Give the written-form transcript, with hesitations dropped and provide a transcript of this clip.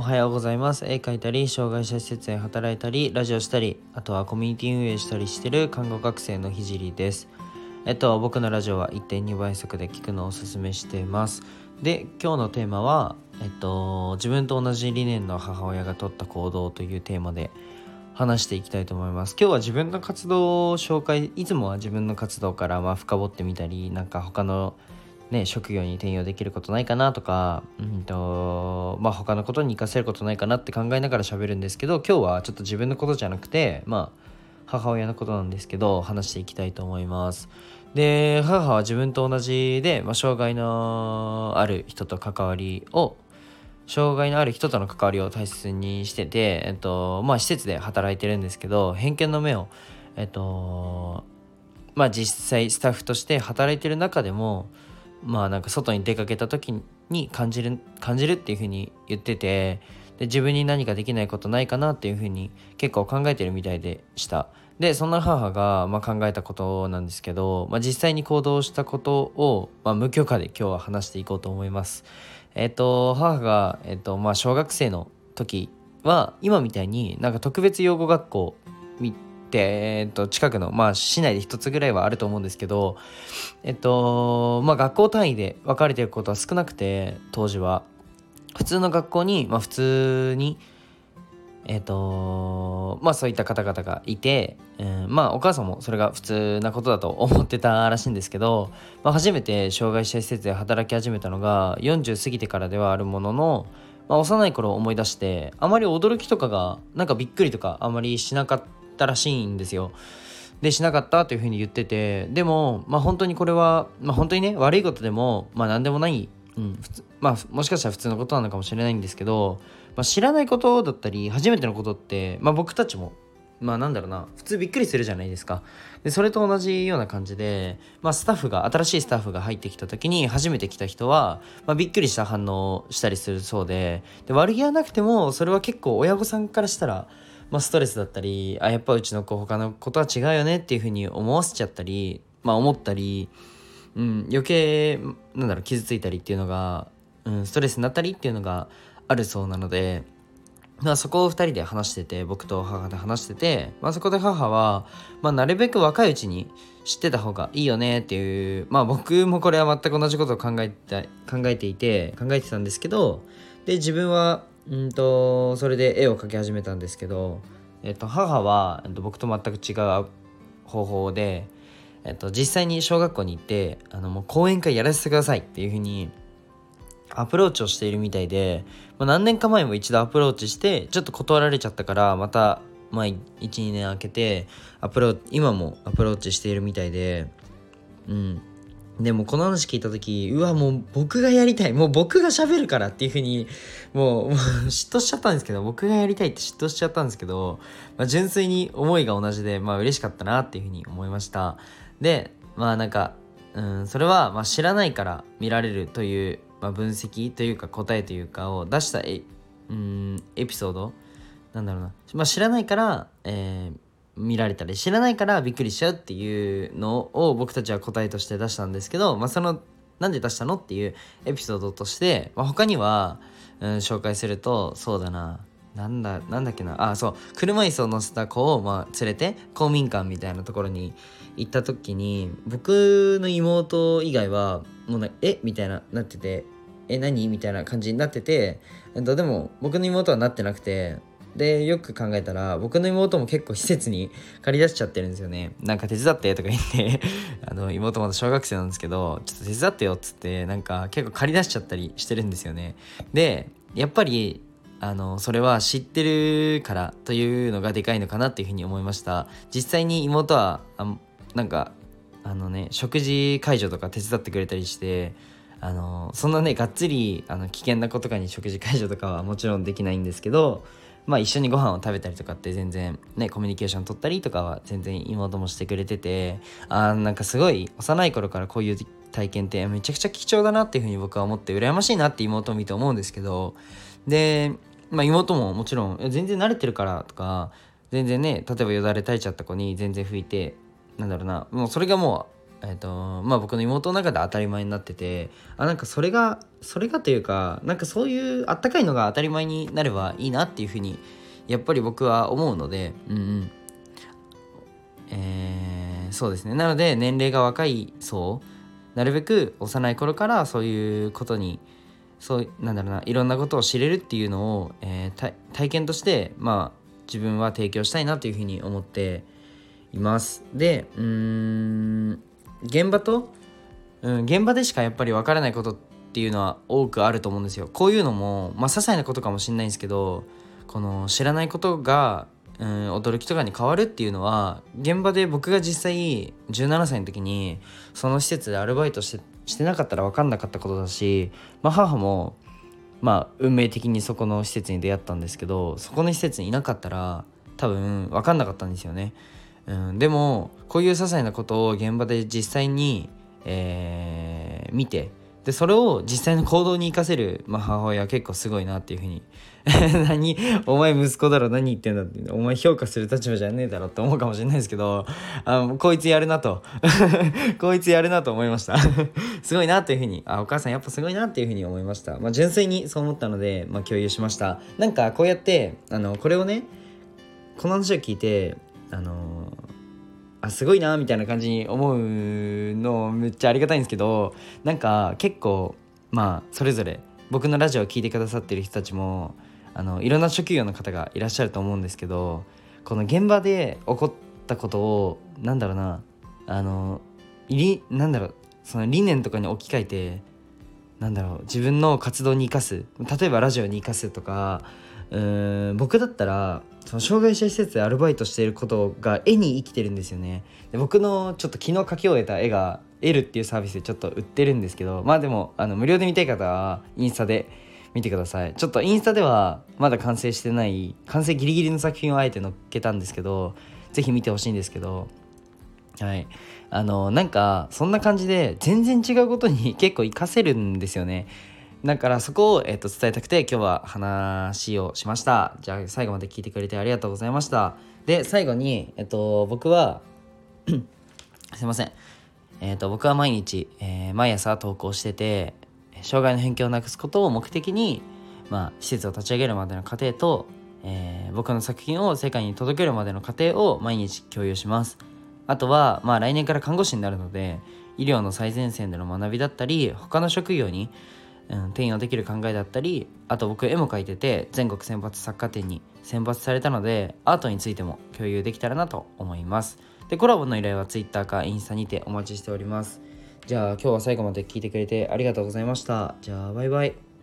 はようございます。絵描いたり、障害者施設で働いたり、ラジオしたり、あとはコミュニティ運営したりしてる看護学生のひじりです。僕のラジオは 1.2 倍速で聞くのをおすすめしています。で、今日のテーマは、自分と同じ理念の母親が取った行動というテーマで話していきたいと思います。今日は自分の活動を紹介、いつもは自分の活動から深掘ってみたり、なんか他の職業に転用できることないかなとか、他のことに活かせることないかなって考えながら喋るんですけど、今日はちょっと自分のことじゃなくて、母親のことなんですけど、話していきたいと思います。で、母は自分と同じで、障害のある人との関わりを大切にしてて、施設で働いてるんですけど、偏見の目を、実際スタッフとして働いてる中でも、なんか外に出かけた時に感じるっていう風に言ってて、で自分に何かできないことないかなっていう風に結構考えてるみたいでした。でそんな母が考えたことなんですけど、実際に行動したことを、無許可で今日は話していこうと思います。母が、小学生の時は今みたいになんか特別養護学校近くの、市内で一つぐらいはあると思うんですけど、学校単位で分かれていることは少なくて、当時は普通の学校に、普通にそういった方々がいて、お母さんもそれが普通なことだと思ってたらしいんですけど、初めて障害者施設で働き始めたのが40過ぎてからではあるものの、幼い頃を思い出して、あまり驚きとかがなんかびっくりとかあまりしなかったらしいんですよ。でしなかったというふうに言ってて、でも本当にこれは、本当にね悪いことでも何でもない、もしかしたら普通のことなのかもしれないんですけど、知らないことだったり初めてのことって、僕たちも普通びっくりするじゃないですか。でそれと同じような感じで、新しいスタッフが入ってきた時に初めて来た人は、びっくりした反応をしたりするそうで、悪気はなくてもそれは結構親御さんからしたら、ストレスだったり、やっぱうちの子他の子とは違うよねっていう風に思わせちゃったり、思ったり、余計傷ついたりっていうのが、ストレスになったりっていうのがあるそうなので、そこを2人で話してて、僕と母で話してて、そこで母は、なるべく若いうちに知ってた方がいいよねっていう、僕もこれは全く同じことを考えてたんですけど、で自分はそれで絵を描き始めたんですけど、母は、僕と全く違う方法で、実際に小学校に行って、もう講演会やらせてくださいっていう風にアプローチをしているみたいで、何年か前も一度アプローチしてちょっと断られちゃったから、また、1、2年空けて今もアプローチしているみたいで、でもこの話聞いた時、もう僕がやりたい、もう僕が喋るからっていう風にもう嫉妬しちゃったんですけど、僕がやりたいって嫉妬しちゃったんですけど、純粋に思いが同じで、嬉しかったなっていう風に思いました。でそれは知らないから見られるという、分析というか答えというかを出したエピソード知らないから、見られたり、知らないからびっくりしちゃうっていうのを僕たちは答えとして出したんですけど、そのなんで出したのっていうエピソードとして、他には、紹介すると、そうだな、なんだっけな、車椅子を乗せた子を、連れて公民館みたいなところに行った時に、僕の妹以外はもうみたいななってて、何みたいな感じになってて、でも僕の妹はなってなくて、でよく考えたら僕の妹も結構施設に借り出しちゃってるんですよね。なんか手伝ってとか言って妹まだ小学生なんですけど、ちょっと手伝ってよっつって、なんか結構借り出しちゃったりしてるんですよね。でやっぱりそれは知ってるからというのがでかいのかなっていうふうに思いました。実際に妹は食事介助とか手伝ってくれたりして、そんながっつり危険な子とかに食事介助とかはもちろんできないんですけど、一緒にご飯を食べたりとかって全然コミュニケーション取ったりとかは全然妹もしてくれてて、なんかすごい幼い頃からこういう体験ってめちゃくちゃ貴重だなっていうふうに僕は思って、羨ましいなって妹を見て思うんですけど、で妹ももちろん全然慣れてるからとか、全然例えばよだれ垂れちゃった子に全然拭いて、もうそれがもう僕の妹の中で当たり前になってて、なんかそれがというか、なんかそういうあったかいのが当たり前になればいいなっていうふうにやっぱり僕は思うので、そうですね。なので年齢が若い層、なるべく幼い頃からそういうことにいろんなことを知れるっていうのを、体験として自分は提供したいなというふうに思っています。で現場でしかやっぱり分からないことっていうのは多くあると思うんですよ。こういうのも些細なことかもしれないんですけど、この知らないことが驚きとかに変わるっていうのは、現場で僕が実際17歳の時にその施設でアルバイトしてなかったら分かんなかったことだし、母も運命的にそこの施設に出会ったんですけど、そこの施設にいなかったら多分分かんなかったんですよね。でもこういう些細なことを現場で実際に、見て、でそれを実際の行動に生かせる、母親は結構すごいなっていうふうに何お前息子だろ、何言ってんだって、お前評価する立場じゃねえだろって思うかもしれないですけど、こいつやるなとこいつやるなと思いましたすごいなっていうふうに、お母さんやっぱすごいなっていうふうに思いました。純粋にそう思ったので、共有しました。なんかこうやってこれをね、この話を聞いてすごいなみたいな感じに思うのめっちゃありがたいんですけど、なんか結構それぞれ僕のラジオを聞いてくださってる人たちもいろんな職業の方がいらっしゃると思うんですけど、この現場で起こったことをその理念とかに置き換えて自分の活動に生かす、例えばラジオに生かすとか、僕だったらその障害者施設でアルバイトしていることが絵に生きてるんですよね。で僕のちょっと昨日描き終えた絵がLっていうサービスでちょっと売ってるんですけど、でも無料で見たい方はインスタで見てください。ちょっとインスタではまだ完成してない、完成ギリギリの作品をあえて載っけたんですけど、ぜひ見てほしいんですけど、はいなんかそんな感じで全然違うことに結構活かせるんですよね。だからそこを、伝えたくて今日は話をしました。じゃあ最後まで聞いてくれてありがとうございました。で最後に、僕はすいません、僕は毎日、毎朝投稿してて、障害の偏見をなくすことを目的に、施設を立ち上げるまでの過程と、僕の作品を世界に届けるまでの過程を毎日共有します。あとは、来年から看護師になるので、医療の最前線での学びだったり、他の職業に、転用できる考えだったり、あと僕絵も描いてて全国選抜作家展に選抜されたので、アートについても共有できたらなと思います。でコラボの依頼は Twitter かインスタにてお待ちしております。じゃあ今日は最後まで聞いてくれてありがとうございました。じゃあバイバイ。